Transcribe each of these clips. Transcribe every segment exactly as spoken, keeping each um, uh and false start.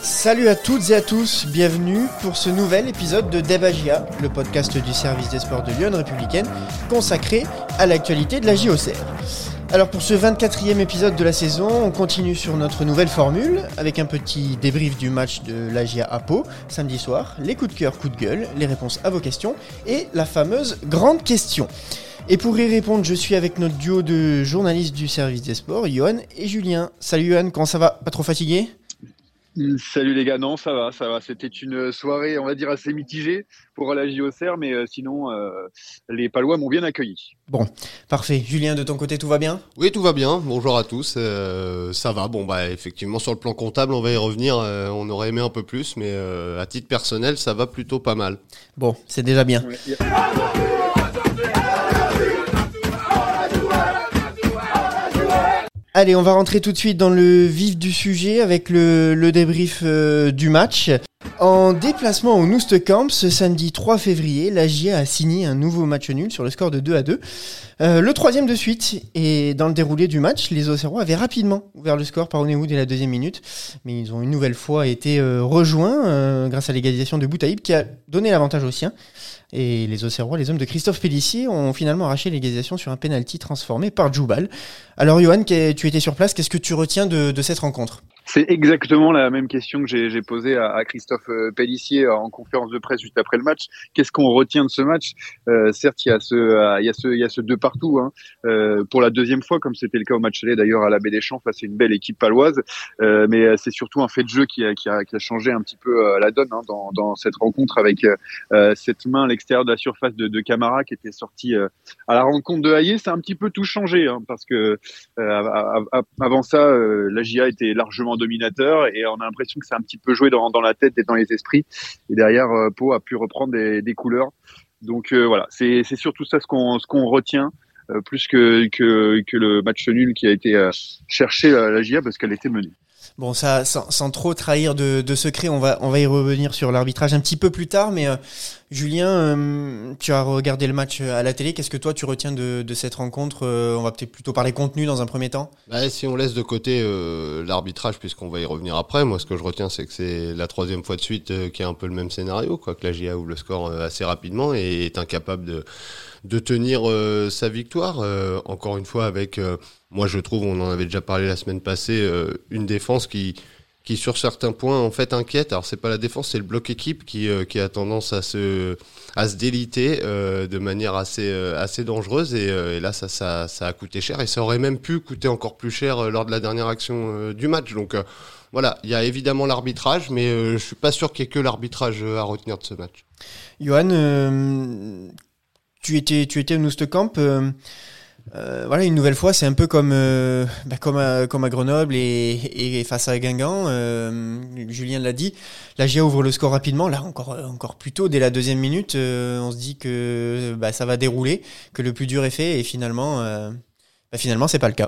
Salut à toutes et à tous, bienvenue pour ce nouvel épisode de Debagia, le podcast du service des sports de Lyon Républicaine, consacré à l'actualité de la J O C R. Alors pour ce vingt-quatrième épisode de la saison, on continue sur notre nouvelle formule, avec un petit débrief du match de l'A J A à Pau, samedi soir, les coups de cœur, coups de gueule, les réponses à vos questions, et la fameuse grande question. Et pour y répondre, je suis avec notre duo de journalistes du service des sports, Johan et Julien. Salut Johan, comment ça va ? Pas trop fatigué ? Salut les gars, non ça va, ça va. C'était une soirée, on va dire, assez mitigée pour la J O C R, mais euh, sinon, euh, les Palois m'ont bien accueilli. Bon, parfait. Julien, de ton côté, tout va bien ? Oui, tout va bien. Bonjour à tous. Euh, ça va. Bon, bah effectivement, sur le plan comptable, on va y revenir. Euh, on aurait aimé un peu plus, mais euh, à titre personnel, ça va plutôt pas mal. Bon, c'est déjà bien. Ouais, yeah. Allez, on va rentrer tout de suite dans le vif du sujet avec le, le débrief euh, du match. En déplacement au Noustecamp, ce samedi trois février, l'A J A a signé un nouveau match nul sur le score de deux à deux. Euh, le troisième de suite, et dans le déroulé du match, les Auxerrois avaient rapidement ouvert le score par Onéou dès la deuxième minute, mais ils ont une nouvelle fois été euh, rejoints euh, grâce à l'égalisation de Boutaïb qui a donné l'avantage aux siens. Et les Auxerrois, les hommes de Christophe Pélissier, ont finalement arraché l'égalisation sur un penalty transformé par Djoubal. Alors Johan, tu étais sur place, qu'est-ce que tu retiens de, de cette rencontre ? C'est exactement la même question que j'ai, j'ai posée à, à Christophe Pélissier en conférence de presse juste après le match. Qu'est-ce qu'on retient de ce match ? euh, Certes, il y a ce, il y a ce, il y a ce deux partout, hein, euh, pour la deuxième fois, comme c'était le cas au match aller d'ailleurs à la Baie des Champs face à une belle équipe paloise. Euh, mais c'est surtout un fait de jeu qui a, qui a, qui a changé un petit peu la donne, hein, dans, dans cette rencontre avec euh, cette main à l'extérieur de la surface de, de Camara qui était sortie euh, à la rencontre de Hayé. C'est un petit peu tout changé, hein, parce que euh, avant ça, euh, la J A était largement dominateur et on a l'impression que c'est un petit peu joué dans, dans la tête et dans les esprits, et derrière euh, Pau a pu reprendre des, des couleurs. Donc euh, voilà, c'est, c'est surtout ça ce qu'on, ce qu'on retient, euh, plus que, que, que le match nul qui a été euh, cherché à la J A parce qu'elle était menée. Bon, ça, sans, sans trop trahir de, de secret, on va, on va y revenir sur l'arbitrage un petit peu plus tard, mais euh, Julien, euh, tu as regardé le match à la télé, qu'est-ce que toi tu retiens de, de cette rencontre ? euh, On va peut-être plutôt parler contenu dans un premier temps. Bah, si on laisse de côté euh, l'arbitrage, puisqu'on va y revenir après, moi ce que je retiens, c'est que c'est la troisième fois de suite euh, qu'il y a un peu le même scénario, quoi, que la J A ouvre le score euh, assez rapidement et est incapable de, de tenir euh, sa victoire. Euh, encore une fois, avec, euh, moi je trouve, on en avait déjà parlé la semaine passée, euh, une défense qui... qui sur certains points en fait inquiète. Alors c'est pas la défense, c'est le bloc équipe qui euh, qui a tendance à se à se déliter euh, de manière assez euh, assez dangereuse et, euh, et là ça ça ça a coûté cher et ça aurait même pu coûter encore plus cher euh, lors de la dernière action euh, du match. Donc euh, voilà, il y a évidemment l'arbitrage, mais euh, je suis pas sûr qu'il y ait que l'arbitrage à retenir de ce match. Johan, euh, tu étais tu étais au Noustecamp. Euh... Euh, voilà, une nouvelle fois, c'est un peu comme euh, bah comme à, comme à Grenoble et, et face à Guingamp. Euh, Julien l'a dit, la J A ouvre le score rapidement. Là, encore encore plus tôt, dès la deuxième minute, euh, on se dit que bah, ça va dérouler, que le plus dur est fait, et finalement, euh, bah, finalement, c'est pas le cas.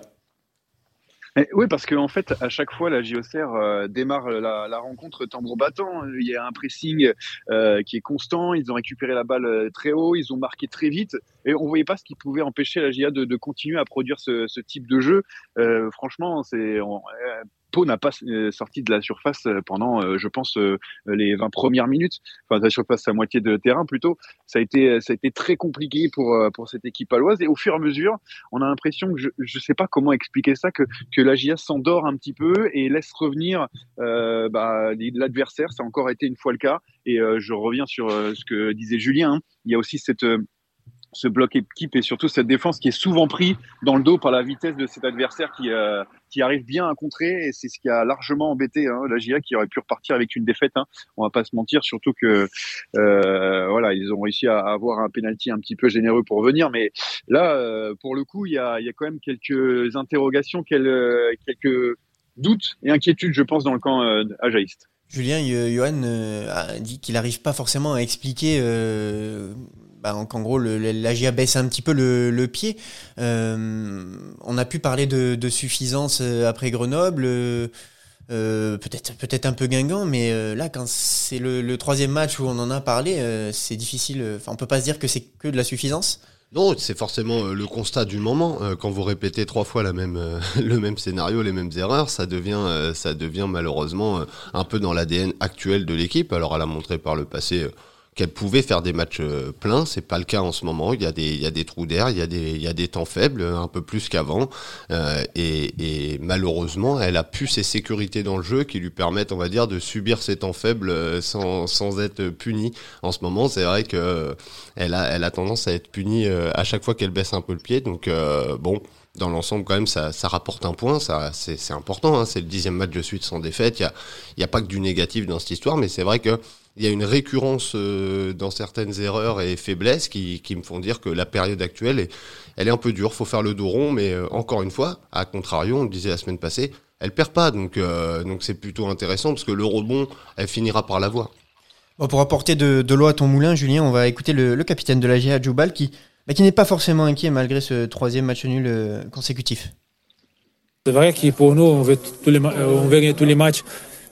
Et oui, parce qu'en en fait, à chaque fois, la J O C R euh, démarre la, la rencontre tambour battant. Il y a un pressing euh, qui est constant. Ils ont récupéré la balle euh, très haut. Ils ont marqué très vite. Et on voyait pas ce qui pouvait empêcher la J A de, de continuer à produire ce, ce type de jeu. Euh, franchement, c'est... On, euh, Pau n'a pas sorti de la surface pendant, je pense, les vingt premières minutes. Enfin, de la surface à moitié de terrain plutôt. Ça a été, ça a été très compliqué pour pour cette équipe paloise. Et au fur et à mesure, on a l'impression que je je sais pas comment expliquer ça, que que la J A s'endort un petit peu et laisse revenir euh, bah, l'adversaire. Ça a encore été une fois le cas. Et euh, je reviens sur euh, ce que disait Julien. Hein. Il y a aussi cette euh, ce bloc équipe et surtout cette défense qui est souvent pris dans le dos par la vitesse de cet adversaire qui euh, qui arrive bien à contrer, et c'est ce qui a largement embêté, hein, la J A, qui aurait pu repartir avec une défaite, hein. On va pas se mentir, surtout que euh, voilà, ils ont réussi à avoir un penalty un petit peu généreux pour venir, mais là euh, pour le coup il y a il y a quand même quelques interrogations, quelques, quelques doutes et inquiétudes, je pense, dans le camp euh, ajaïste. Julien, Johan euh, a dit qu'il n'arrive pas forcément à expliquer euh, bah, qu'en gros le, la J A baisse un petit peu le, le pied. Euh, on a pu parler de, de suffisance après Grenoble, euh, peut-être, peut-être un peu Guingamp, mais euh, là quand c'est le, le troisième match où on en a parlé, euh, c'est difficile. Enfin, on peut pas se dire que c'est que de la suffisance. Non, c'est forcément le constat du moment. Quand vous répétez trois fois la même, le même scénario, les mêmes erreurs, ça devient, ça devient malheureusement un peu dans l'A D N actuel de l'équipe. Alors, elle a montré par le passé qu'elle pouvait faire des matchs pleins, c'est pas le cas en ce moment. Il y a des, il y a des trous d'air, il y a des, il y a des temps faibles, un peu plus qu'avant, euh, et, et malheureusement, elle a plus ces sécurités dans le jeu qui lui permettent, on va dire, de subir ces temps faibles sans, sans être punie. En ce moment, c'est vrai que elle a, elle a tendance à être punie à chaque fois qu'elle baisse un peu le pied. Donc euh, bon. Dans l'ensemble, quand même, ça, ça rapporte un point, ça, c'est, c'est important, hein, c'est le dixième match de suite sans défaite, il y a, il y a pas que du négatif dans cette histoire, mais c'est vrai que il y a une récurrence euh, dans certaines erreurs et faiblesses qui, qui me font dire que la période actuelle, est, elle est un peu dure, faut faire le dos rond, mais euh, encore une fois, à contrario, on le disait la semaine passée, elle perd pas, donc, euh, donc c'est plutôt intéressant, parce que le rebond, elle finira par l'avoir. Bon, pour apporter de, de l'eau à ton moulin, Julien, on va écouter le, le capitaine de l'A G A, Djoubal, qui Mais qui n'est pas forcément inquiet malgré ce troisième match nul euh, consécutif. C'est vrai que pour nous, on veut tous les, on veut gagner tous les matchs,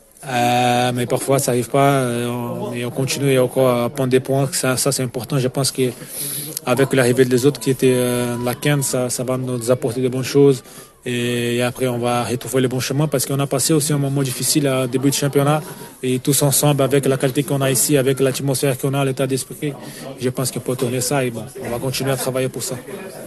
euh, mais parfois ça n'arrive pas. Euh, on, et on continue encore à prendre des points. Ça, ça c'est important. Je pense qu'avec l'arrivée des autres qui étaient euh, la quinze, ça, ça va nous apporter de bonnes choses. Et, et après, on va retrouver le bon chemin parce qu'on a passé aussi un moment difficile à début de championnat. Et tous ensemble, avec la qualité qu'on a ici, avec l'atmosphère qu'on a, l'état d'esprit, je pense qu'on peut tourner ça. Et bon, on va continuer à travailler pour ça.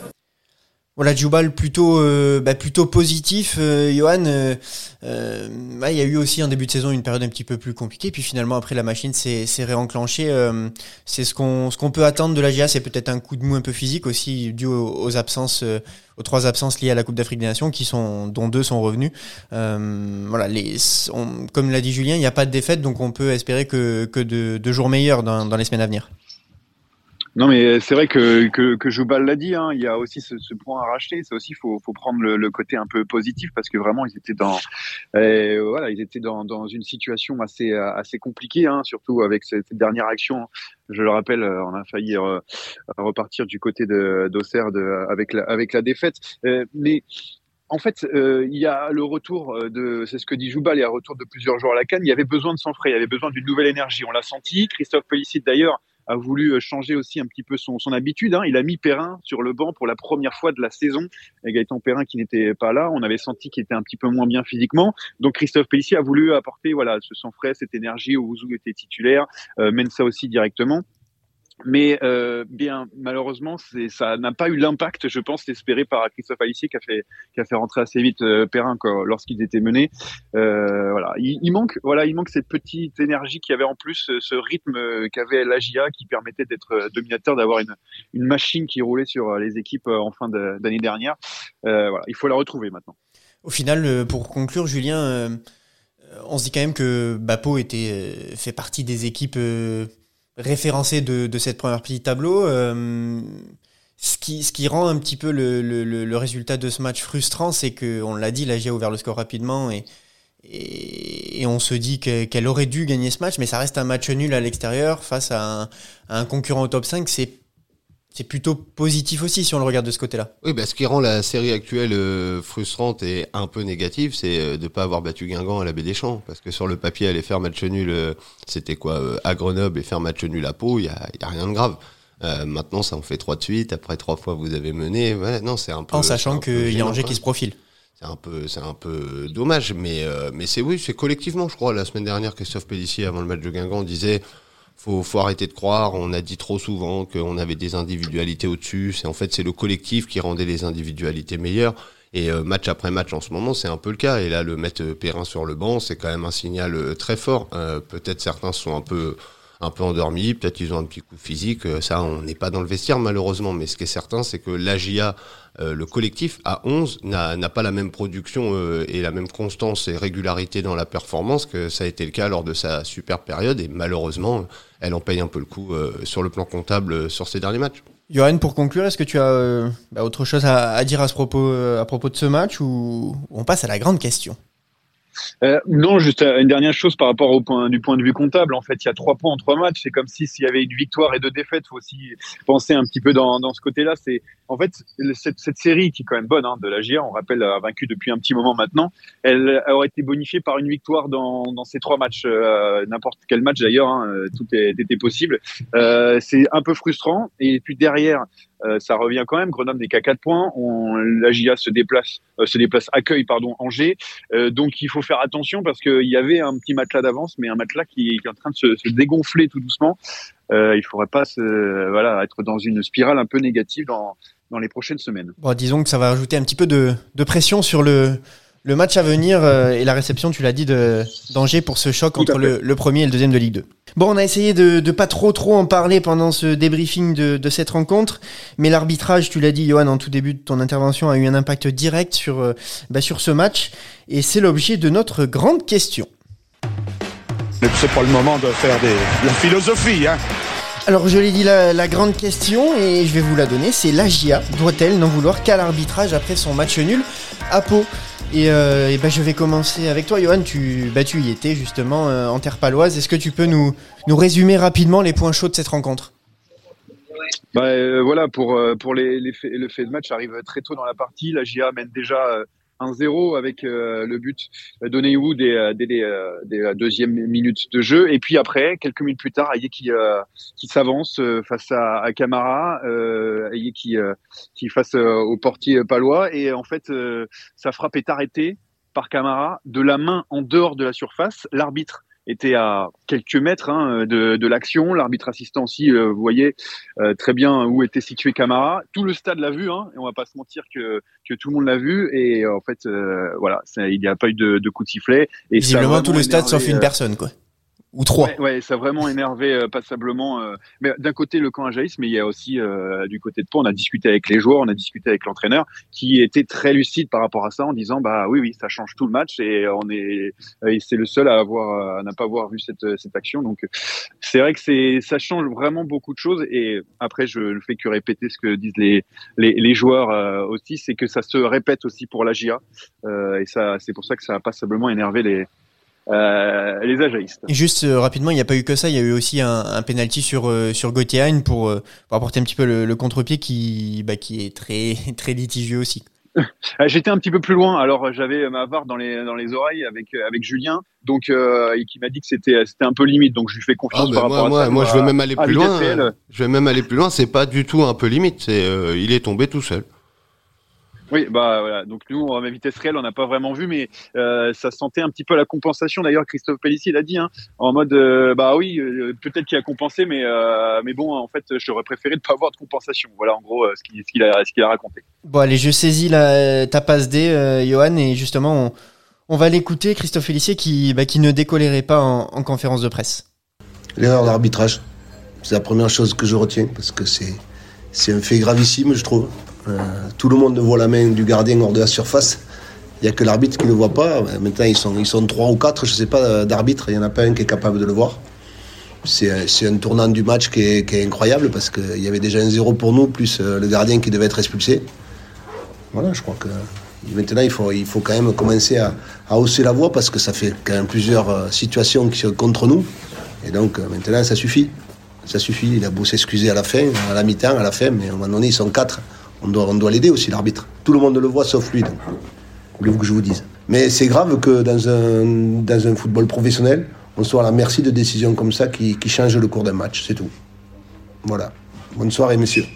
Voilà, Djoubal plutôt euh, bah, plutôt positif. Euh, Johan, euh, euh, bah, il y a eu aussi en début de saison une période un petit peu plus compliquée, puis finalement après la machine s'est, s'est réenclenchée. Euh, c'est ce qu'on ce qu'on peut attendre de l'A G A, c'est peut-être un coup de mou un peu physique aussi dû aux, aux absences, euh, aux trois absences liées à la Coupe d'Afrique des Nations, qui sont dont deux sont revenus. Euh, voilà, les on, comme l'a dit Julien, il n'y a pas de défaite, donc on peut espérer que que de, de jours meilleurs dans, dans les semaines à venir. Non, mais c'est vrai que que, que Djoubal l'a dit, hein, il y a aussi ce, ce point à racheter. C'est aussi faut faut prendre le, le côté un peu positif parce que vraiment ils étaient dans euh, voilà ils étaient dans dans une situation assez assez compliquée, hein, surtout avec cette dernière action. Je le rappelle, on a failli euh, repartir du côté de d'Auxerre de avec la avec la défaite, euh, mais en fait, euh, il y a le retour de, c'est ce que dit Djoubal, il y a le retour de plusieurs joueurs à la CAN. Il y avait besoin de sang frais, il y avait besoin d'une nouvelle énergie. On l'a senti. Christophe Pellissier d'ailleurs a voulu changer aussi un petit peu son, son habitude. Hein. Il a mis Perrin sur le banc pour la première fois de la saison. Et Gaëtan Perrin qui n'était pas là, on avait senti qu'il était un petit peu moins bien physiquement. Donc Christophe Pellissier a voulu apporter voilà ce sang frais, cette énergie. Ouzou était titulaire, euh, Mensa aussi directement. Mais euh, bien malheureusement, c'est, ça n'a pas eu l'impact, je pense, espéré par Christophe Pellissier qui a fait qui a fait rentrer assez vite euh, Perrin quoi, lorsqu'ils étaient menés. Euh, voilà, il, il manque voilà, il manque cette petite énergie qu'il y avait en plus, ce rythme qu'avait l'A J A qui permettait d'être dominateur, d'avoir une une machine qui roulait sur les équipes en fin de, d'année dernière. Euh, voilà, il faut la retrouver maintenant. Au final, pour conclure, Julien, euh, on se dit quand même que Bapo était fait partie des équipes euh, référencé de, de cette première partie de tableau, euh, ce qui, ce qui rend un petit peu le, le, le résultat de ce match frustrant, c'est que, on l'a dit, l'A G A a ouvert le score rapidement et, et, et on se dit que, qu'elle aurait dû gagner ce match, mais ça reste un match nul à l'extérieur face à un, à un concurrent au top cinq, c'est C'est plutôt positif aussi si on le regarde de ce côté-là. Oui, bah, ce qui rend la série actuelle euh, frustrante et un peu négative, c'est euh, de ne pas avoir battu Guingamp à la Baie des Champs. Parce que sur le papier, aller faire match nul, euh, c'était quoi euh, à Grenoble et faire match nul à Pau, il n'y a, y a rien de grave. Euh, maintenant, ça en fait trois de suite. Après trois fois, vous avez mené. Ouais, non, c'est un peu. En sachant qu'il y a Angers qui se profile. C'est un peu, c'est un peu dommage, mais euh, mais c'est oui, c'est collectivement, je crois. La semaine dernière, Christophe Pellissier, avant le match de Guingamp, disait. Faut, faut arrêter de croire. On a dit trop souvent qu'on avait des individualités au-dessus. C'est en fait c'est le collectif qui rendait les individualités meilleures. Et euh, match après match en ce moment, c'est un peu le cas. Et là, le mettre Perrin sur le banc, c'est quand même un signal euh, très fort. Euh, peut-être certains sont un peu un peu endormis, peut-être ils ont un petit coup physique. Ça, on n'est pas dans le vestiaire malheureusement. Mais ce qui est certain, c'est que l'A J A, euh, le collectif à onze, n'a, n'a pas la même production euh, et la même constance et régularité dans la performance que ça a été le cas lors de sa superbe période. Et malheureusement, elle en paye un peu le coup euh, sur le plan comptable euh, sur ces derniers matchs. Johan, pour conclure, est-ce que tu as euh, bah, autre chose à, à dire à ce propos, euh, à propos de ce match ou on passe à la grande question? Euh, non, juste une dernière chose par rapport au point, du point de vue comptable. En fait, il y a trois points en trois matchs. C'est comme si s'il y avait une victoire et deux défaites. Faut aussi penser un petit peu dans, dans ce côté-là. C'est en fait cette, cette série qui est quand même bonne hein, de l'A J A. On rappelle a vaincu depuis un petit moment maintenant. Elle aurait été bonifiée par une victoire dans, dans ces trois matchs. Euh, n'importe quel match d'ailleurs, hein, tout est, était possible. Euh, c'est un peu frustrant. Et puis derrière. euh, ça revient quand même. Grenoble n'est qu'à quatre points. On, la J A se déplace, euh, se déplace accueille pardon Angers. Euh, donc il faut faire attention parce qu'il y avait un petit matelas d'avance, mais un matelas qui, qui est en train de se, se dégonfler tout doucement. Euh, il faudrait pas se, euh, voilà, être dans une spirale un peu négative dans, dans les prochaines semaines. Bon, disons que ça va ajouter un petit peu de, de pression sur le, le match à venir euh, et la réception, tu l'as dit, de, d'Angers pour ce choc entre le, le premier et le deuxième de Ligue deux. Bon, on a essayé de, de pas trop trop en parler pendant ce débriefing de, de cette rencontre, mais l'arbitrage, tu l'as dit, Johan, en tout début de ton intervention, a eu un impact direct sur, euh, bah, sur ce match, et c'est l'objet de notre grande question. C'est pas le moment de faire des, de la philosophie, hein. Alors je l'ai dit, la, la grande question, et je vais vous la donner, c'est l'A J A doit-elle n'en vouloir qu'à l'arbitrage après son match nul à Pau ? Et, euh, et ben je vais commencer avec toi, Johan. Tu, bah, tu y étais justement euh, en terre paloise. Est-ce que tu peux nous, nous résumer rapidement les points chauds de cette rencontre ? Bah, euh, voilà, pour, euh, pour les, les faits, le fait de match arrive très tôt dans la partie. La J A mène déjà euh, un zéro avec euh, le but d'Oneiwu dès, dès les des deuxième minutes de jeu. Et puis après, quelques minutes plus tard, Aïe qui, euh, qui s'avance euh, face à, à Camara, euh, Aïe qui, euh, qui face euh, au portier palois. Et en fait, euh, sa frappe est arrêtée par Camara de la main en dehors de la surface. L'arbitre était à quelques mètres hein, de, de l'action. L'arbitre assistant aussi, euh, vous voyez euh, très bien où était situé Camara. Tout le stade l'a vu, hein, et on va pas se mentir que que tout le monde l'a vu. Et euh, en fait, euh, voilà, ça, il n'y a pas eu de, de coup de sifflet. Et visiblement tout le stade sauf une euh, personne, quoi. Ou trois. Ouais, ouais, ça a vraiment énervé euh, passablement. Euh, mais d'un côté le camp ajaïste, mais il y a aussi euh, du côté de Pau, on a discuté avec les joueurs, on a discuté avec l'entraîneur, qui était très lucide par rapport à ça, en disant bah oui, oui, ça change tout le match et on est, et c'est le seul à avoir, à n'a pas avoir vu cette cette action. Donc c'est vrai que c'est, ça change vraiment beaucoup de choses. Et après, je ne fais que répéter ce que disent les les, les joueurs euh, aussi, c'est que ça se répète aussi pour la J A. Euh, et ça, c'est pour ça que ça a passablement énervé les Euh, les ajaïstes. Et juste euh, rapidement, il n'y a pas eu que ça, il y a eu aussi un, un penalty sur euh, sur Gauthier Hein pour, euh, pour apporter un petit peu le, le contre-pied qui bah, qui est très très litigieux aussi. J'étais un petit peu plus loin, alors j'avais ma V A R dans les dans les oreilles avec avec Julien, donc euh, et qui m'a dit que c'était c'était un peu limite, donc je lui fais confiance ah, par moi, rapport moi, à ça. Moi, à, je vais même aller plus loin. Euh, je vais même aller plus loin. C'est pas du tout un peu limite. C'est euh, il est tombé tout seul. Oui, bah voilà. Donc nous, à vitesse réelle, on n'a pas vraiment vu, mais euh, ça sentait un petit peu la compensation. D'ailleurs, Christophe Pellissier l'a dit, hein, en mode, euh, bah oui, euh, peut-être qu'il a compensé, mais euh, mais bon, en fait, j'aurais préféré ne pas avoir de compensation. Voilà, en gros, euh, ce qu'il ce qu'il a ce qu'il a raconté. Bon, allez, je saisis la ta passe D, euh, Johan, et justement, on, on va l'écouter, Christophe Pellissier, qui bah, qui ne décolérait pas en, en conférence de presse. L'erreur d'arbitrage, c'est la première chose que je retiens parce que c'est c'est un fait gravissime, je trouve. Euh, tout le monde voit la main du gardien hors de la surface. Il n'y a que l'arbitre qui ne le voit pas. Maintenant, ils sont, ils sont trois ou quatre, je ne sais pas, d'arbitres. Il n'y en a pas un qui est capable de le voir. C'est, c'est un tournant du match qui est, qui est incroyable parce qu'il y avait déjà un zéro pour nous, plus le gardien qui devait être expulsé. Voilà, je crois que maintenant, il faut, il faut quand même commencer à, à hausser la voix parce que ça fait quand même plusieurs situations qui sont contre nous. Et donc, maintenant, ça suffit. Ça suffit. Il a beau s'excuser à la fin, à la mi-temps, à la fin, mais à un moment donné, ils sont quatre. On doit, on doit l'aider aussi, l'arbitre. Tout le monde le voit, sauf lui. Donc, voulez-vous que je vous dise. Mais c'est grave que dans un, dans un football professionnel, on soit à la merci de décisions comme ça qui, qui changent le cours d'un match, c'est tout. Voilà. Bonne soirée, messieurs.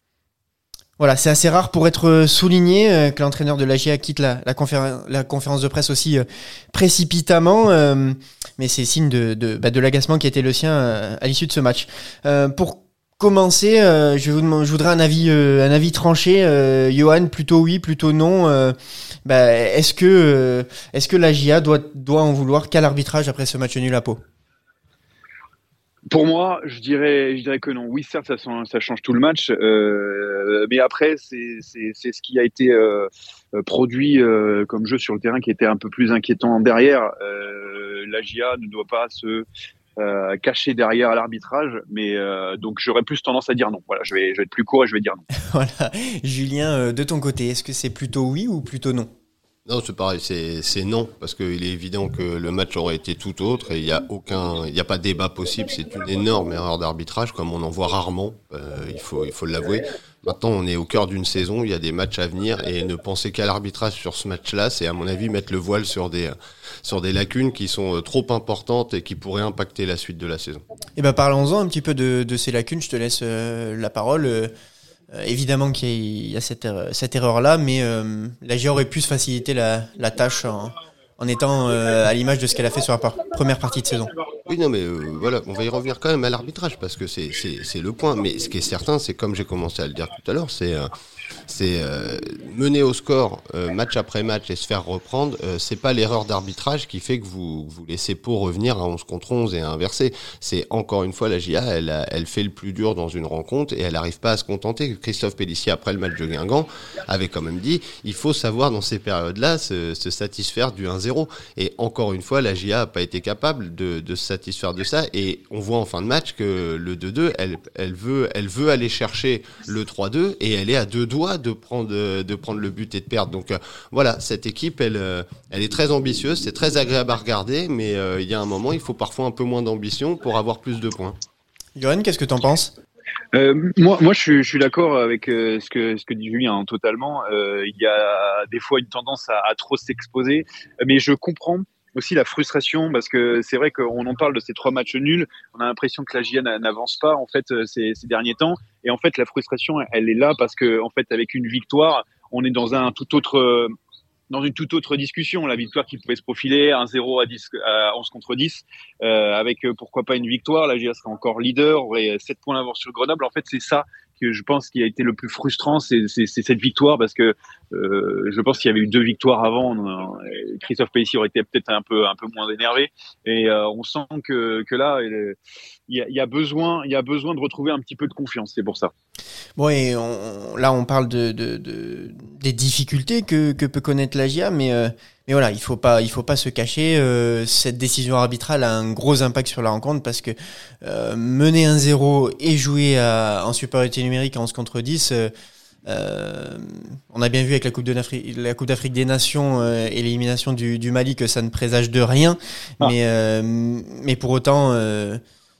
Voilà, c'est assez rare pour être souligné euh, que l'entraîneur de l'A J A quitte la, la, conféren- la conférence de presse aussi euh, précipitamment, euh, mais c'est signe de, de, bah, de l'agacement qui a été le sien euh, à l'issue de ce match. Euh, pour commencer, euh, je, vous demande, je voudrais un avis, euh, un avis tranché. Euh, Johan, plutôt oui, plutôt non. Euh, bah, est-ce que, euh, est-ce que l'A J A doit, doit en vouloir qu'à l'arbitrage après ce match nul à Pau ? Pour moi, je dirais, je dirais que non. Oui, certes, ça, ça change tout le match, euh, mais après, c'est, c'est, c'est ce qui a été euh, produit euh, comme jeu sur le terrain qui était un peu plus inquiétant derrière. Euh, L'A J A ne doit pas se Euh, caché derrière l'arbitrage, mais euh, donc j'aurais plus tendance à dire non. Voilà, je vais, je vais être plus court et je vais dire non. Voilà, Julien, euh, de ton côté, est-ce que c'est plutôt oui ou plutôt non ? Non, c'est pareil, c'est, c'est non, parce qu'il est évident que le match aurait été tout autre et il n'y a aucun, il n'y a pas de débat possible. C'est une énorme erreur d'arbitrage, comme on en voit rarement. Euh, il faut, il faut l'avouer. Maintenant, on est au cœur d'une saison, il y a des matchs à venir et ne penser qu'à l'arbitrage sur ce match-là, c'est à mon avis mettre le voile sur des, sur des lacunes qui sont trop importantes et qui pourraient impacter la suite de la saison. Eh ben, parlons-en un petit peu de, de ces lacunes. Je te laisse euh, la parole. Euh, Euh, évidemment qu'il y a, il y a cette, erreur, cette erreur-là, mais euh, la G A aurait pu se faciliter la, la tâche en, en étant euh, à l'image de ce qu'elle a fait sur la par- première partie de saison. Oui, non, mais euh, voilà, on va y revenir quand même à l'arbitrage parce que c'est, c'est, c'est le point. Mais ce qui est certain, c'est comme j'ai commencé à le dire tout à l'heure, c'est, euh, c'est euh, mener au score euh, match après match et se faire reprendre. Euh, c'est pas l'erreur d'arbitrage qui fait que vous vous laissez Pau revenir à onze contre onze et à inverser. C'est encore une fois la J A, elle, a, elle fait le plus dur dans une rencontre et elle n'arrive pas à se contenter. Christophe Pélissier, après le match de Guingamp, avait quand même dit il faut savoir dans ces périodes-là se, se satisfaire du un zéro. Et encore une fois, la J A n'a pas été capable de, de se satisfaire de ça. Et on voit en fin de match que le deux deux, elle, elle, veut, elle veut aller chercher le trois deux et elle est à deux doigts de prendre, de prendre le but et de perdre. Donc euh, voilà, cette équipe, elle, euh, elle est très ambitieuse, c'est très agréable à regarder, mais euh, il y a un moment, il faut parfois un peu moins d'ambition pour avoir plus de points. Johan, qu'est-ce que t'en penses ? Euh, moi, moi, je suis, je suis d'accord avec euh, ce que ce que dit Julien, hein, totalement. Euh, il y a des fois une tendance à, à trop s'exposer, mais je comprends aussi la frustration parce que c'est vrai qu'on en parle de ces trois matchs nuls. On a l'impression que la J A n'avance pas en fait ces, ces derniers temps, et en fait la frustration, elle est là parce que en fait avec une victoire, on est dans un tout autre dans une toute autre discussion. La victoire qui pouvait se profiler, un zéro à dix, à onze contre dix, euh, avec euh, pourquoi pas une victoire, la J A sera encore leader, aurait sept points d'avance sur Grenoble. En fait, c'est ça que je pense qui a été le plus frustrant, c'est, c'est, c'est cette victoire, parce que euh, je pense qu'il y avait eu deux victoires avant, euh, Christophe Pélissier aurait été peut-être un peu un peu moins énervé, et euh, on sent que que là il y a, il y a besoin il y a besoin de retrouver un petit peu de confiance, c'est pour ça. Bon, et on, là on parle de, de, de des difficultés que que peut connaître la J A, mais euh, mais voilà, il faut pas, il faut pas se cacher. Euh, cette décision arbitrale a un gros impact sur la rencontre parce que euh, mener un zéro et jouer à, en supériorité numérique à onze contre dix, euh, euh, on a bien vu avec la Coupe de l'Afrique, la Coupe d'Afrique des Nations euh, et l'élimination du, du Mali que ça ne présage de rien. Ah. Mais euh, mais pour autant, euh,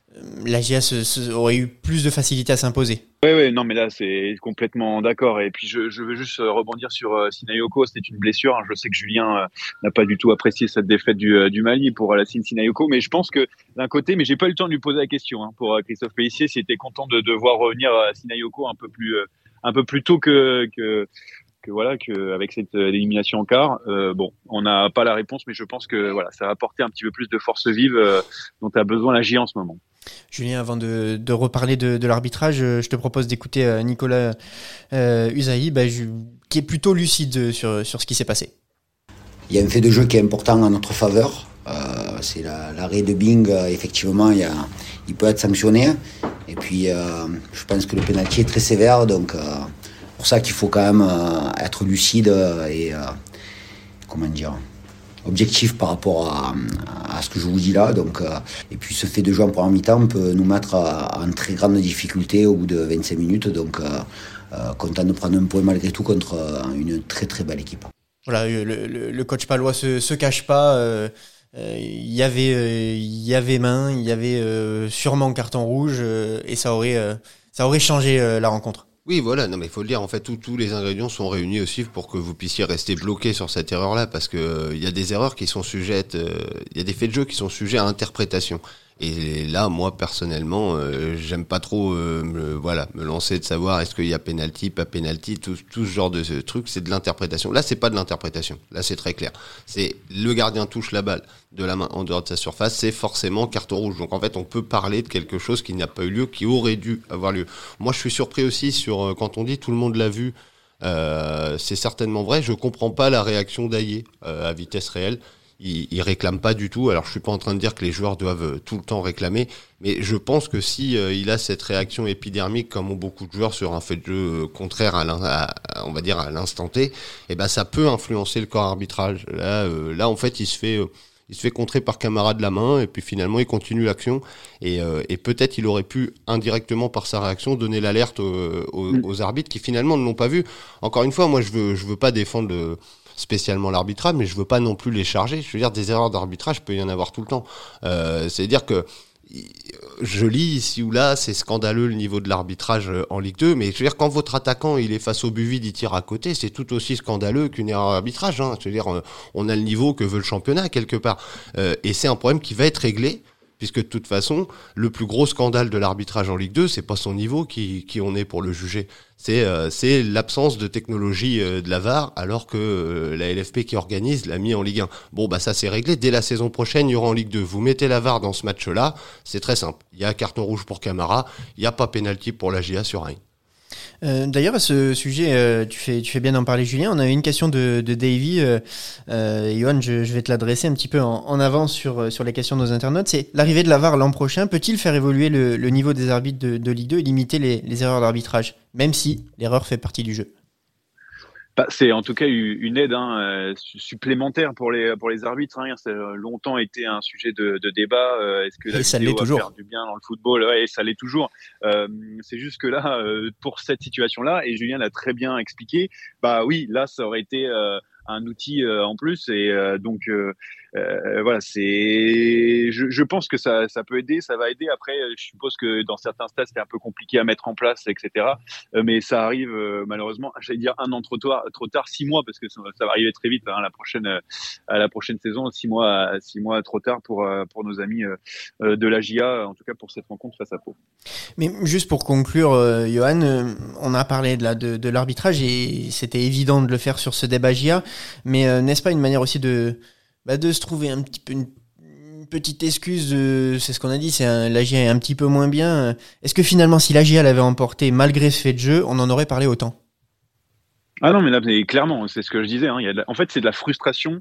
la J A se, se, aurait eu plus de facilité à s'imposer. Oui, oui, non, mais là, c'est complètement d'accord. Et puis, je, je veux juste rebondir sur euh, Sinayoko. C'était une blessure. Hein. Je sais que Julien euh, n'a pas du tout apprécié cette défaite du, euh, du Mali pour Alassane Sinayoko. Mais je pense que d'un côté, mais j'ai pas eu le temps de lui poser la question, hein, pour euh, Christophe Pélissier, s'il était content de, de voir revenir euh, Sinayoko un peu plus, euh, un peu plus tôt que, que, que voilà, que avec cette euh, élimination en quart. Euh, bon, on n'a pas la réponse, mais je pense que voilà, ça va apporter un petit peu plus de force vive euh, dont a besoin la J A en ce moment. Julien, avant de, de reparler de, de l'arbitrage, je te propose d'écouter euh, Nicolas euh, Usaï, bah, je, qui est plutôt lucide sur, sur ce qui s'est passé. Il y a un fait de jeu qui est important en notre faveur. Euh, c'est la, l'arrêt de Bing, euh, effectivement, il, y a, il peut être sanctionné. Et puis, euh, je pense que le pénalty est très sévère, donc euh, c'est pour ça qu'il faut quand même euh, être lucide et, euh, comment dire, objectif par rapport à, à ce que je vous dis là. Donc, euh, et puis ce fait de jouer en première mi-temps peut nous mettre en très grande difficulté au bout de vingt-cinq minutes. Donc euh, euh, content de prendre un point malgré tout contre euh, une très très belle équipe. Voilà, le, le, le coach palois se, se cache pas. Euh, euh, y avait, euh, y avait main, il y avait euh, sûrement carton rouge euh, et ça aurait, euh, ça aurait changé euh, la rencontre. Oui, voilà, non mais il faut le dire, en fait, tous tous les ingrédients sont réunis aussi pour que vous puissiez rester bloqué sur cette erreur-là, parce que il euh, y a des erreurs qui sont sujettes, il euh, y a des faits de jeu qui sont sujets à interprétation. Et là, moi personnellement, euh, j'aime pas trop, euh, me, voilà, me lancer de savoir est-ce qu'il y a penalty, pas penalty, tout, tout ce genre de ce truc, c'est de l'interprétation. Là, c'est pas de l'interprétation. Là, c'est très clair. C'est le gardien touche la balle de la main en dehors de sa surface, c'est forcément carton rouge. Donc en fait, on peut parler de quelque chose qui n'a pas eu lieu, qui aurait dû avoir lieu. Moi, je suis surpris aussi sur quand on dit tout le monde l'a vu. Euh, c'est certainement vrai. Je comprends pas la réaction d'Aillé euh, à vitesse réelle. Il, il réclame pas du tout. Alors je suis pas en train de dire que les joueurs doivent tout le temps réclamer, mais je pense que si euh, il a cette réaction épidermique comme ont beaucoup de joueurs sur un fait de jeu contraire à, à, à on va dire à l'instant T, eh ben ça peut influencer le corps arbitrage. Là, euh, là en fait il se fait euh, il se fait contrer par Camara de la main et puis finalement il continue l'action et, euh, et peut-être il aurait pu indirectement par sa réaction donner l'alerte aux, aux, aux arbitres qui finalement ne l'ont pas vu. Encore une fois, moi je veux je veux pas défendre le spécialement l'arbitrage, mais je veux pas non plus les charger. Je veux dire, des erreurs d'arbitrage, peut y en avoir tout le temps. Euh, c'est-à-dire que je lis ici ou là, c'est scandaleux le niveau de l'arbitrage en Ligue deux, mais je veux dire, quand votre attaquant il est face au but vide, il tire à côté, c'est tout aussi scandaleux qu'une erreur d'arbitrage. Hein. Je veux dire, on a le niveau que veut le championnat quelque part, euh, et c'est un problème qui va être réglé puisque de toute façon, le plus gros scandale de l'arbitrage en Ligue deux, c'est pas son niveau qui, qui on est pour le juger. C'est, euh, c'est l'absence de technologie euh, de la V A R, alors que euh, la L F P qui organise l'a mis en Ligue un. Bon, bah ça c'est réglé. Dès la saison prochaine, il y aura en Ligue deux. Vous mettez la V A R dans ce match-là, c'est très simple. Il y a carton rouge pour Camara, il n'y a pas pénalty pour la J A sur Rennes. Euh, d'ailleurs, à ce sujet, euh, tu fais, tu fais bien d'en parler, Julien. On a une question de, de Davy. Euh, euh, Johan, je, je vais te l'adresser un petit peu en, en avance sur, sur les questions de nos internautes. C'est l'arrivée de la V A R l'an prochain peut-il faire évoluer le, le niveau des arbitres de, de Ligue deux et limiter les, les erreurs d'arbitrage, même si l'erreur fait partie du jeu? Bah, c'est en tout cas une aide hein, euh, supplémentaire pour les pour les arbitres. Hein. Ça a longtemps été un sujet de, de débat. Euh, est-ce que la et ça vidéo l'est va toujours. faire du bien dans le football? Ouais, et ça l'est toujours. Euh, c'est juste que là, euh, pour cette situation-là, et Julien l'a très bien expliqué, bah oui, là, ça aurait été euh, un outil euh, en plus. Et euh, donc euh, euh, voilà, c'est. Je, je pense que ça ça peut aider, ça va aider. Après, je suppose que dans certains stades, c'est un peu compliqué à mettre en place, et cetera. Euh, mais ça arrive euh, malheureusement, j'allais dire un an trop tard, trop tard, six mois, parce que ça, ça va arriver très vite hein, la prochaine, euh, à la prochaine saison, six mois, six mois trop tard pour euh, pour nos amis euh, de la J A, en tout cas pour cette rencontre face à Pau. Mais juste pour conclure, euh, Johan, euh, on a parlé de, la, de, de l'arbitrage et c'était évident de le faire sur ce débat J A, mais euh, n'est-ce pas une manière aussi de bah, de se trouver un petit peu une petite excuse, de, c'est ce qu'on a dit, c'est un, l'A J A est un petit peu moins bien. Est-ce que finalement, si l'A J A l'avait emporté malgré ce fait de jeu, on en aurait parlé autant? Ah non, mais là, clairement, c'est ce que je disais. Hein, il y a de la, en fait, c'est de la frustration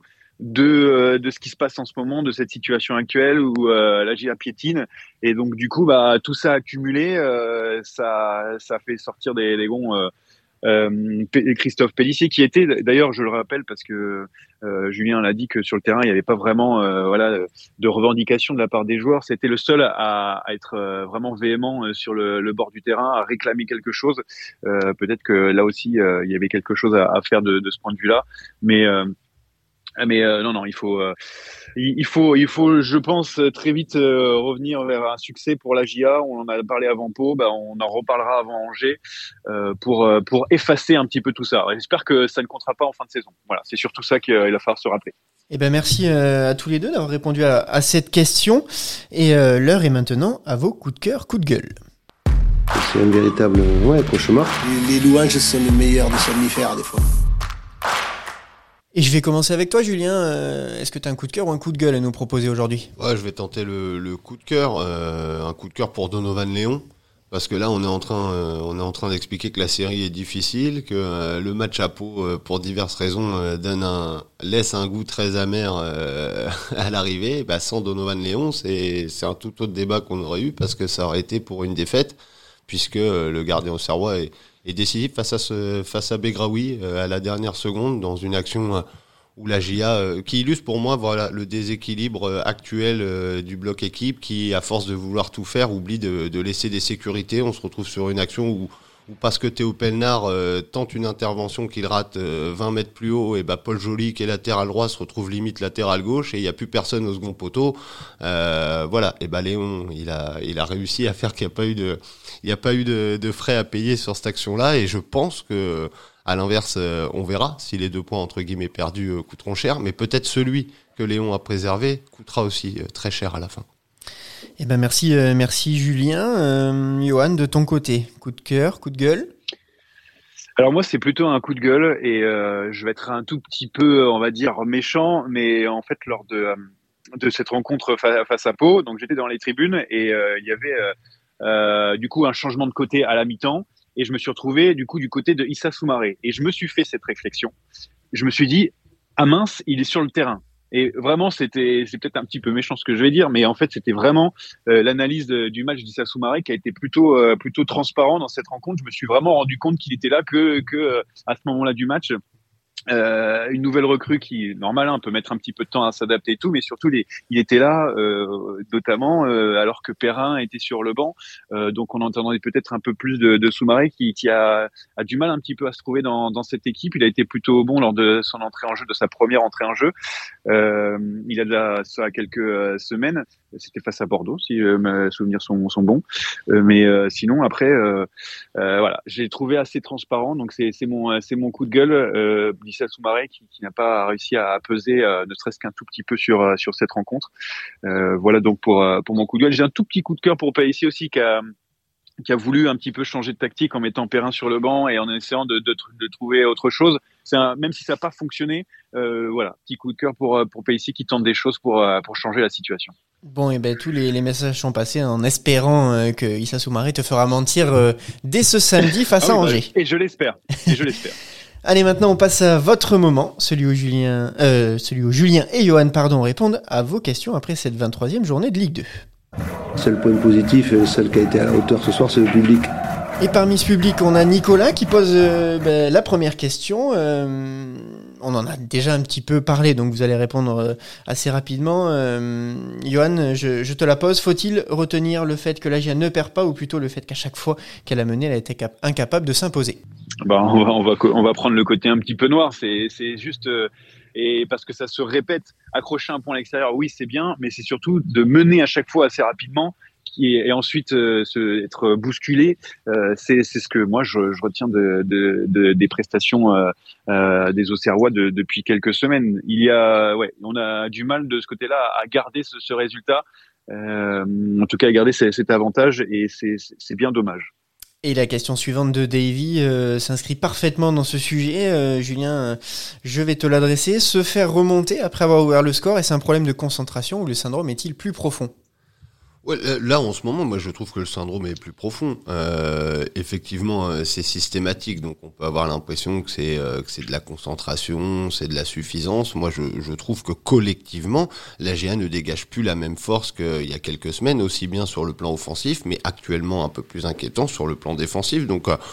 de de ce qui se passe en ce moment, de cette situation actuelle où euh, l'A J A piétine, et donc du coup, bah tout ça accumulé, euh, ça ça fait sortir des, des gonds. Euh, Euh, Christophe Pélissier qui était d'ailleurs, je le rappelle parce que euh, Julien l'a dit, que sur le terrain il n'y avait pas vraiment euh, voilà de revendication de la part des joueurs. C'était le seul à, à être euh, vraiment véhément sur le, le bord du terrain, à réclamer quelque chose. Euh, peut-être que là aussi euh, il y avait quelque chose à, à faire de, de ce point de vue-là, mais euh, mais euh, non non il faut euh, il faut il faut je pense très vite euh, revenir vers un succès pour la J A. On en a parlé avant Pau, bah on en reparlera avant Angers euh, pour pour effacer un petit peu tout ça. Alors, j'espère que ça ne comptera pas en fin de saison. Voilà, c'est surtout ça qu'il va falloir se rappeler. Eh ben merci euh, à tous les deux d'avoir répondu à, à cette question, et euh, l'heure est maintenant à vos coups de cœur, coups de gueule. C'est un véritable ouais, cauchemar. Les, les louanges sont les meilleurs des somnifères des fois. Et je vais commencer avec toi, Julien. Euh, est-ce que tu as un coup de cœur ou un coup de gueule à nous proposer aujourd'hui? Ouais, je vais tenter le, le coup de cœur. Euh, un coup de cœur pour Donovan Léon. Parce que là, on est en train, euh, on est en train d'expliquer que la série est difficile, que euh, le match à Pau, euh, pour diverses raisons, euh, donne un, laisse un goût très amer euh, à l'arrivée. Bah, sans Donovan Léon, c'est, c'est un tout autre débat qu'on aurait eu, parce que ça aurait été pour une défaite, puisque euh, le gardien auxerrois est est décisif face à ce, face à Begraoui euh, à la dernière seconde, dans une action euh, où la J A, euh, qui illustre pour moi voilà le déséquilibre euh, actuel euh, du bloc équipe, qui à force de vouloir tout faire oublie de, de laisser des sécurités. On se retrouve sur une action où, où parce que Théo Pelnard euh, tente une intervention qu'il rate euh, vingt mètres plus haut, et bah Paul Joly qui est latéral droit se retrouve limite latéral gauche, et il y a plus personne au second poteau. Euh, voilà, et bah Léon il a il a réussi à faire qu'il n'y a pas eu de il n'y a pas eu de, de frais à payer sur cette action-là, et je pense que, à l'inverse, on verra si les deux points entre guillemets perdus coûteront cher, mais peut-être celui que Léon a préservé coûtera aussi très cher à la fin. Eh ben merci, euh, merci Julien. Euh, Johan, de ton côté, coup de cœur, coup de gueule? Alors moi, c'est plutôt un coup de gueule, et euh, je vais être un tout petit peu, on va dire, méchant, mais en fait, lors de euh, de cette rencontre fa- face à Pau, donc j'étais dans les tribunes, et euh, il y avait euh, Euh, du coup un changement de côté à la mi-temps, et je me suis retrouvé du coup du côté de Issa Soumaré, et je me suis fait cette réflexion. Je me suis dit, ah mince, il est sur le terrain. Et vraiment, c'était, c'est peut-être un petit peu méchant ce que je vais dire, mais en fait c'était vraiment euh, l'analyse de, du match d'Issa Soumaré qui a été plutôt euh, plutôt transparent dans cette rencontre. Je me suis vraiment rendu compte qu'il était là que que euh, à ce moment-là du match. Euh, une nouvelle recrue qui, normal, hein, peut mettre un petit peu de temps à s'adapter et tout, mais surtout les, il était là, euh, notamment euh, alors que Perrin était sur le banc, euh, donc on entendait peut-être un peu plus de, de Soumaré qui, qui a, a du mal un petit peu à se trouver dans, dans cette équipe. Il a été plutôt bon lors de son entrée en jeu, de sa première entrée en jeu. Euh, il a déjà ça quelques euh, semaines. C'était face à Bordeaux, si euh, mes souvenirs sont, sont bons. Euh, mais euh, sinon, après, euh, euh, voilà, j'ai trouvé assez transparent. Donc c'est, c'est mon, c'est mon coup de gueule. Euh, d'Issa Soumaré qui, qui n'a pas réussi à, à peser, euh, ne serait-ce qu'un tout petit peu sur euh, sur cette rencontre. Euh, voilà donc pour euh, pour mon coup de gueule. J'ai un tout petit coup de cœur pour P S I aussi qui a qui a voulu un petit peu changer de tactique en mettant Perrin sur le banc et en essayant de, de, de trouver autre chose. C'est un, même si ça n'a pas fonctionné, euh, voilà, petit coup de cœur pour pour P S I qui tente des choses pour pour changer la situation. Bon, et ben tous les, les messages sont passés en espérant euh, que Issa Soumaré te fera mentir euh, dès ce samedi face ah oui, à Angers. Bah, et je l'espère. Et je l'espère. Allez, maintenant on passe à votre moment, celui où Julien, euh, celui où Julien et Johan, pardon, répondent à vos questions après cette vingt-troisième journée de Ligue deux. Seul point positif, et celle qui a été à la hauteur ce soir, c'est le public. Et parmi ce public, on a Nicolas qui pose euh, ben, la première question. Euh, on en a déjà un petit peu parlé, donc vous allez répondre euh, assez rapidement. Euh, Johan, je, je te la pose. Faut-il retenir le fait que la G A ne perd pas, ou plutôt le fait qu'à chaque fois qu'elle a mené, elle a été cap- incapable de s'imposer? Bah, on va, on va, on va prendre le côté un petit peu noir. C'est, c'est juste, euh, et parce que ça se répète, accrocher un point à l'extérieur, oui, c'est bien, mais c'est surtout de mener à chaque fois assez rapidement, qui est, et ensuite euh, se, être bousculé. Euh, c'est, c'est ce que moi je, je retiens de, de, de, des prestations euh, euh, des Auxerrois de, depuis quelques semaines. Il y a, ouais, on a du mal de ce côté-là à garder ce, ce résultat. Euh, en tout cas, à garder cet, cet avantage, et c'est, c'est bien dommage. Et la question suivante de Davy euh, s'inscrit parfaitement dans ce sujet. Euh, Julien, euh, je vais te l'adresser. Se faire remonter après avoir ouvert le score, est-ce un problème de concentration ou le syndrome est-il plus profond ? Ouais, là, en ce moment, moi, je trouve que le syndrome est plus profond. Euh, effectivement, euh, c'est systématique, donc on peut avoir l'impression que c'est euh, que c'est de la concentration, c'est de la suffisance. Moi, je, je trouve que collectivement, la G A ne dégage plus la même force qu'il y a quelques semaines, aussi bien sur le plan offensif, mais actuellement un peu plus inquiétant sur le plan défensif. Donc, euh,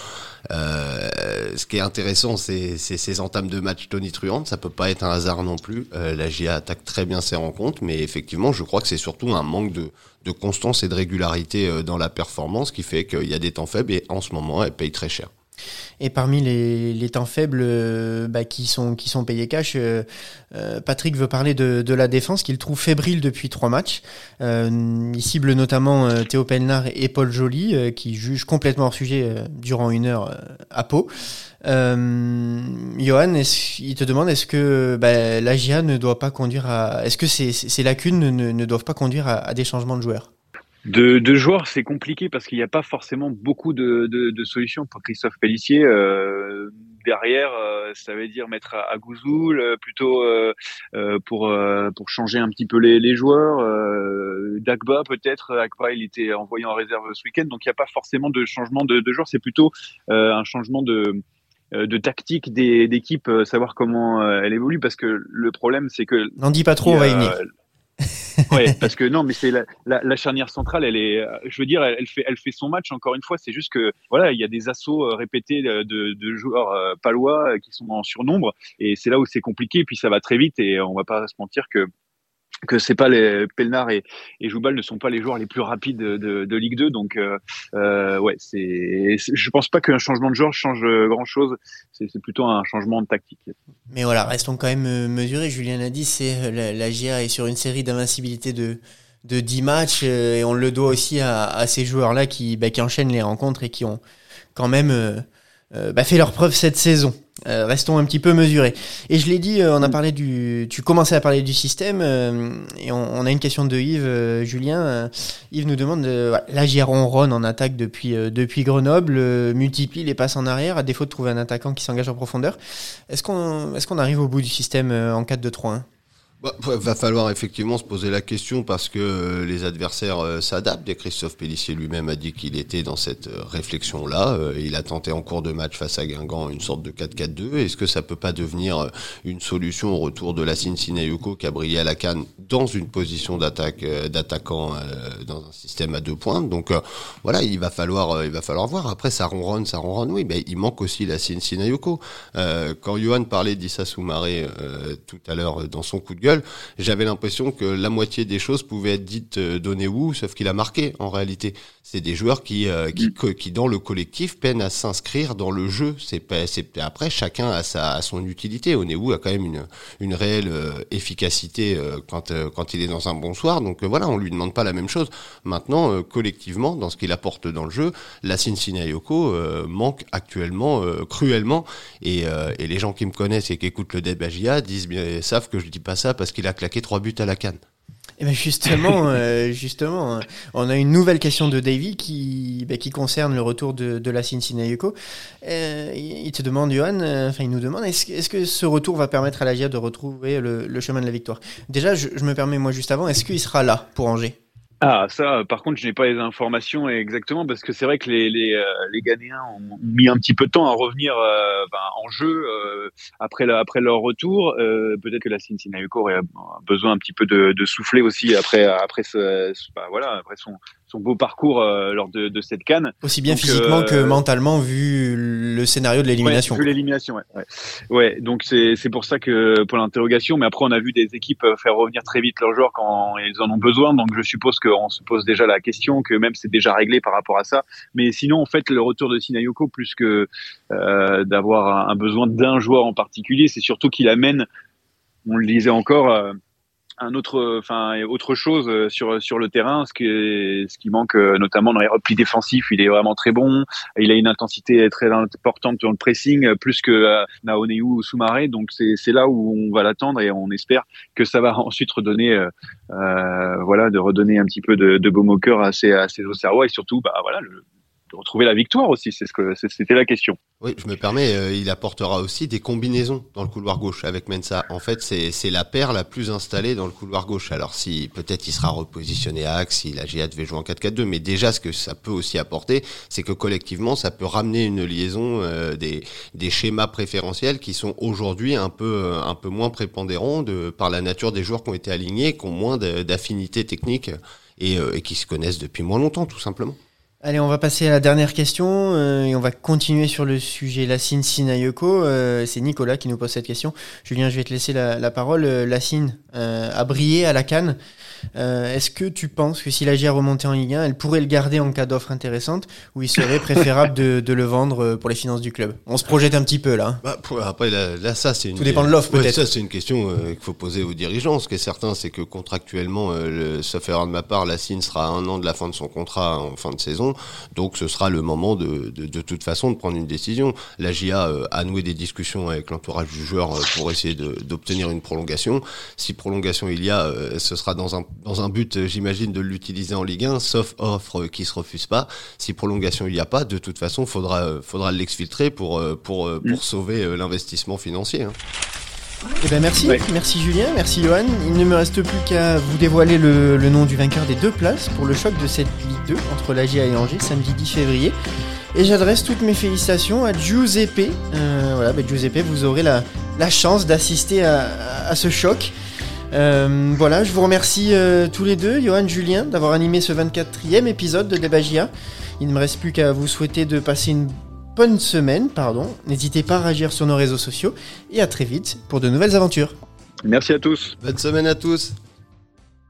Euh, ce qui est intéressant, c'est, c'est ces entames de match tonitruantes. Ça peut pas être un hasard non plus. Euh, la G A attaque très bien ses rencontres, mais effectivement, je crois que c'est surtout un manque de, de constance et de régularité dans la performance qui fait qu'il y a des temps faibles, et en ce moment, elle paye très cher. Et parmi les, les temps faibles euh, bah, qui sont qui sont payés cash, euh, euh, Patrick veut parler de, de la défense qu'il trouve fébrile depuis trois matchs. Euh, il cible notamment euh, Théo Pelnard et Paul Joly euh, qui jugent complètement hors sujet euh, durant une heure euh, à Pau. Euh, Johan, il te demande est-ce que bah, la G A ne doit pas conduire à, est-ce que ces, ces lacunes ne, ne doivent pas conduire à, à des changements de joueurs? De, de joueurs, c'est compliqué parce qu'il n'y a pas forcément beaucoup de, de, de solutions pour Christophe Pellissier. Euh, derrière, euh, ça veut dire mettre à, à Gouzoul euh, plutôt euh, euh, pour euh, pour changer un petit peu les, les joueurs. Euh, Dagba peut-être. Dagba, il était envoyé en réserve ce week-end, donc il n'y a pas forcément de changement de, de joueurs. C'est plutôt euh, un changement de de tactique des, d'équipe, euh, savoir comment euh, elle évolue, parce que le problème, c'est que n'en dis pas trop, on va y venir. Ouais, parce que non, mais c'est la, la, la charnière centrale, elle est, je veux dire, elle, elle fait, elle fait son match. Encore une fois, c'est juste que voilà, il y a des assauts répétés de, de joueurs euh, palois qui sont en surnombre, et c'est là où c'est compliqué. Puis ça va très vite, et on va pas se mentir que que c'est pas les Pelnard et, et Joubal ne sont pas les joueurs les plus rapides de, de, de Ligue deux, donc euh, euh, ouais, c'est, c'est, je pense pas qu'un changement de joueur change grand chose. C'est, c'est plutôt un changement de tactique. Mais voilà, restons quand même mesurés. Julien l'a dit, c'est la, la G A est sur une série d'invincibilité de de dix matchs, euh, et on le doit aussi à, à ces joueurs-là qui bah, qui enchaînent les rencontres et qui ont quand même euh, euh, bah, fait leur preuve cette saison. Euh, restons un petit peu mesurés. Et je l'ai dit, euh, on a parlé du, tu commençais à parler du système, euh, et on, on a une question de Yves, euh, Julien. Euh, Yves nous demande, euh, voilà, la G A ronronne en attaque depuis euh, depuis Grenoble, euh, multiplie les passes en arrière à défaut de trouver un attaquant qui s'engage en profondeur. Est-ce qu'on est-ce qu'on arrive au bout du système euh, en quatre deux trois un? Bah, va falloir effectivement se poser la question, parce que euh, les adversaires euh, s'adaptent, et Christophe Pellissier lui-même a dit qu'il était dans cette euh, réflexion-là. Euh, il a tenté en cours de match face à Guingamp une sorte de quatre quatre deux. Est-ce que ça peut pas devenir euh, une solution au retour de Lassine Sinayoko, qui a brillé à la CAN dans une position d'attaque euh, d'attaquant euh, dans un système à deux pointes? Donc euh, voilà, il va falloir euh, il va falloir voir. Après, ça ronronne, ça ronronne, oui, mais il manque aussi Lassine Sinayoko. Euh, quand Johan parlait d'Issa Soumaré euh, tout à l'heure dans son coup de gueule, gueule. J'avais l'impression que la moitié des choses pouvaient être dites d'Onyewu, sauf qu'il a marqué en réalité. C'est des joueurs qui, euh, qui, mm. qui dans le collectif peinent à s'inscrire dans le jeu. C'est pas, c'est après chacun a sa a son utilité. Onyewu a quand même une une réelle euh, efficacité euh, quand euh, quand il est dans un bon soir. Donc euh, voilà, on lui demande pas la même chose. Maintenant, euh, collectivement, dans ce qu'il apporte dans le jeu, Lassine Sissoko euh, manque actuellement euh, cruellement. Et, euh, et les gens qui me connaissent et qui écoutent le Debagia disent bien, savent que je dis pas ça parce qu'il a claqué trois buts à la canne. Et ben justement, euh, justement, on a une nouvelle question de Davy qui, bah, qui concerne le retour de, de Lassine Sissoko. Euh, il te demande, Johan, euh, enfin il nous demande, est-ce, est-ce que ce retour va permettre à la G I A de retrouver le, le chemin de la victoire ? Déjà, je, je me permets moi juste avant, est-ce qu'il sera là pour Angers ? Ah, ça, par contre, je n'ai pas les informations exactement parce que c'est vrai que les les, euh, les Ghanéens ont mis un petit peu de temps à revenir euh, ben, en jeu euh, après la, après leur retour. Euh, peut-être que Lassine Sissoko aurait besoin un petit peu de, de souffler aussi après après ce, ce bah, voilà après son son beau parcours euh, lors de, de cette CAN. Aussi bien donc, physiquement euh, que mentalement vu le scénario de l'élimination. Ouais, vu l'élimination, ouais. Ouais, ouais donc c'est c'est pour ça que pour l'interrogation. Mais après, on a vu des équipes faire revenir très vite leurs joueurs quand ils en ont besoin. Donc je suppose qu'on se pose déjà la question, que même c'est déjà réglé par rapport à ça. Mais sinon, en fait, le retour de Sissoko, plus que euh, d'avoir un, un besoin d'un joueur en particulier, c'est surtout qu'il amène, on le disait encore, euh, un autre, enfin autre chose sur sur le terrain, ce qui ce qui manque notamment dans les replis défensifs. Il est vraiment très bon. Il a une intensité très importante dans le pressing, plus que na Onyewu ou Soumaré. Donc c'est c'est là où on va l'attendre et on espère que ça va ensuite redonner, euh, voilà, de redonner un petit peu de, de baume au cœur à ces à ces Auxerrois et surtout, bah voilà, le, de retrouver la victoire aussi, c'est ce que c'était la question. Oui, je me permets, euh, il apportera aussi des combinaisons dans le couloir gauche avec Mensah. En fait, c'est c'est la paire la plus installée dans le couloir gauche. Alors si peut-être il sera repositionné à axe, si la G I A devait jouer en quatre quatre deux, mais déjà ce que ça peut aussi apporter, c'est que collectivement, ça peut ramener une liaison euh, des des schémas préférentiels qui sont aujourd'hui un peu un peu moins prépondérants de par la nature des joueurs qui ont été alignés, qui ont moins de, d'affinités techniques et, euh, et qui se connaissent depuis moins longtemps, tout simplement. Allez, on va passer à la dernière question euh, et on va continuer sur le sujet Lassine Sissoko. Euh, c'est Nicolas qui nous pose cette question. Julien, je vais te laisser la, la parole. Euh, Lassine euh, a brillé à la CAN. Euh, est-ce que tu penses que si la G I A remontait en Ligue un, elle pourrait le garder en cas d'offre intéressante ou il serait préférable de, de le vendre pour les finances du club ? On se projette un petit peu là. Bah, après, là, là, ça, c'est une... Tout dépend de l'offre ouais, peut-être. Ça, c'est une question euh, qu'il faut poser aux dirigeants. Ce qui est certain, c'est que contractuellement, euh, le, sauf erreur de ma part, Lassine sera à un an de la fin de son contrat en fin de saison. Donc, ce sera le moment de, de, de toute façon de prendre une décision. La G I A euh, a noué des discussions avec l'entourage du joueur euh, pour essayer de, d'obtenir une prolongation. Si prolongation il y a, euh, ce sera dans un, dans un but, euh, j'imagine, de l'utiliser en Ligue un, sauf offre euh, qui se refuse pas. Si prolongation il y a pas, de toute façon, faudra, euh, faudra l'exfiltrer pour, euh, pour, euh, pour mmh. sauver euh, l'investissement financier. Hein. Eh ben merci, ouais. merci Julien, merci Johan. Il ne me reste plus qu'à vous dévoiler le, le nom du vainqueur des deux places pour le choc de cette Ligue deux entre la G I A et Angers, samedi dix février. Et j'adresse toutes mes félicitations à Giuseppe. Euh, voilà, ben Giuseppe, vous aurez la, la chance d'assister à, à ce choc. Euh, voilà, je vous remercie euh, tous les deux, Johan, Julien, d'avoir animé ce vingt-quatrième épisode de Debagia. Il ne me reste plus qu'à vous souhaiter de passer une bonne semaine, pardon. N'hésitez pas à réagir sur nos réseaux sociaux et à très vite pour de nouvelles aventures. Merci à tous. Bonne semaine à tous.